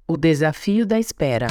O desafio da espera.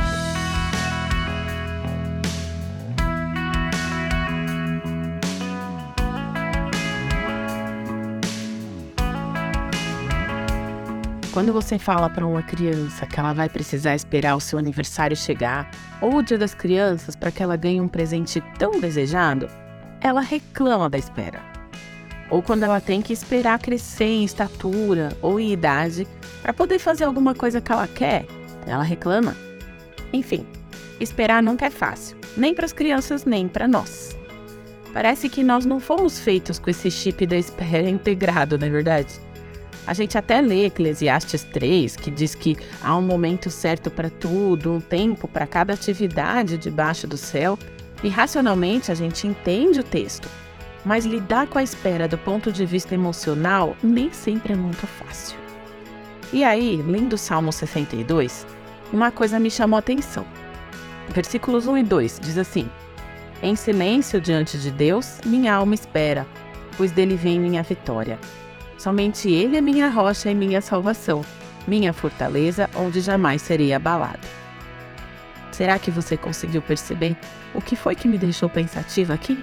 Quando você fala para uma criança que ela vai precisar esperar o seu aniversário chegar ou o Dia das Crianças para que ela ganhe um presente tão desejado, ela reclama da espera. Ou quando ela tem que esperar crescer em estatura ou em idade para poder fazer alguma coisa que ela quer, ela reclama. Enfim, esperar nunca é fácil, nem para as crianças nem para nós. Parece que nós não fomos feitos com esse chip da espera integrado, não é verdade? A gente até lê Eclesiastes 3, que diz que há um momento certo para tudo, um tempo para cada atividade debaixo do céu, e racionalmente a gente entende o texto, mas lidar com a espera do ponto de vista emocional nem sempre é muito fácil. E aí, lendo o Salmo 62, uma coisa me chamou a atenção. Versículos 1 e 2 diz assim: Em silêncio diante de Deus, minha alma espera, pois dele vem minha vitória. Somente Ele é minha rocha e minha salvação, minha fortaleza, onde jamais serei abalado. Será que você conseguiu perceber o que foi que me deixou pensativa aqui?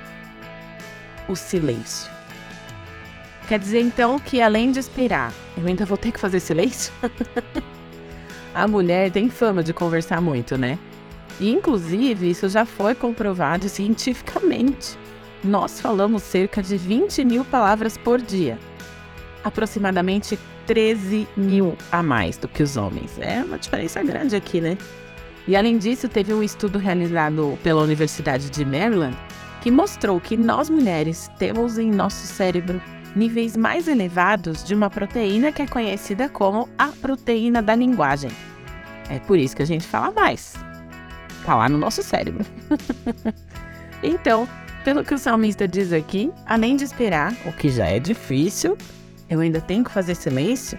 O silêncio. Quer dizer então que além de esperar, eu ainda vou ter que fazer silêncio? A mulher tem fama de conversar muito, né? E inclusive isso já foi comprovado cientificamente. Nós falamos cerca de 20 mil palavras por dia. Aproximadamente 13 mil a mais do que os homens. É uma diferença grande aqui, né? E além disso, teve um estudo realizado pela Universidade de Maryland que mostrou que nós mulheres temos em nosso cérebro níveis mais elevados de uma proteína que é conhecida como a proteína da linguagem. É por isso que a gente fala mais. Tá lá no nosso cérebro. Então, pelo que o salmista diz aqui, além de esperar, o que já é difícil, eu ainda tenho que fazer silêncio?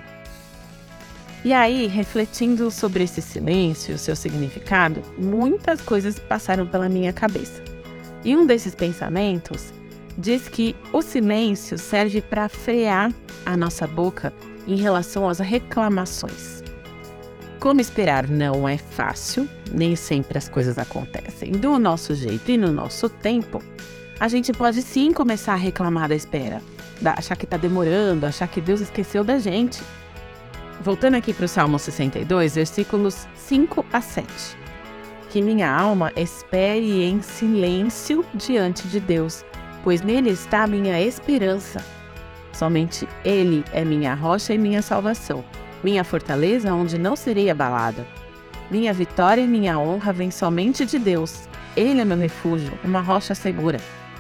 E aí, refletindo sobre esse silêncio e o seu significado, muitas coisas passaram pela minha cabeça. E um desses pensamentos diz que o silêncio serve para frear a nossa boca em relação às reclamações. Como esperar não é fácil, nem sempre as coisas acontecem do nosso jeito e no nosso tempo, a gente pode sim começar a reclamar da espera. Achar que está demorando, achar que Deus esqueceu da gente. Voltando aqui para o Salmo 62, versículos 5 a 7. Que minha alma espere em silêncio diante de Deus, pois nele está a minha esperança. Somente Ele é minha rocha e minha salvação, minha fortaleza onde não serei abalada. Minha vitória e minha honra vêm somente de Deus. Ele é meu refúgio, uma rocha segura.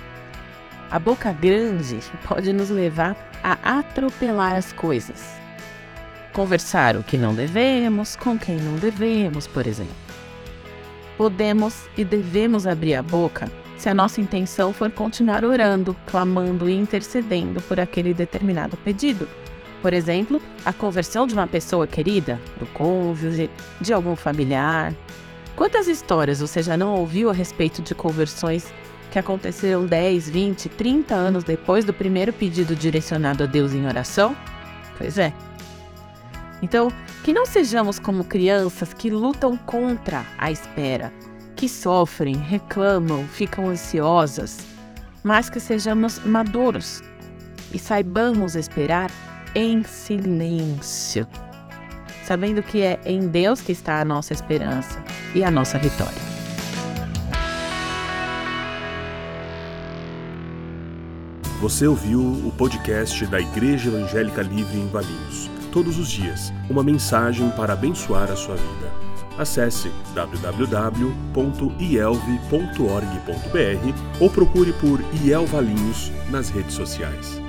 A boca grande pode nos levar a atropelar as coisas. Conversar o que não devemos, com quem não devemos, por exemplo. Podemos e devemos abrir a boca se a nossa intenção for continuar orando, clamando e intercedendo por aquele determinado pedido. Por exemplo, a conversão de uma pessoa querida, do cônjuge, de algum familiar. Quantas histórias você já não ouviu a respeito de conversões que aconteceram 10, 20, 30 anos depois do primeiro pedido direcionado a Deus em oração? Pois é. Então, que não sejamos como crianças que lutam contra a espera, que sofrem, reclamam, ficam ansiosas, mas que sejamos maduros e saibamos esperar em silêncio, sabendo que é em Deus que está a nossa esperança e a nossa vitória. Você ouviu o podcast da Igreja Evangélica Livre em Valinhos. Todos os dias, uma mensagem para abençoar a sua vida. Acesse www.ielve.org.br ou procure por IEL Valinhos nas redes sociais.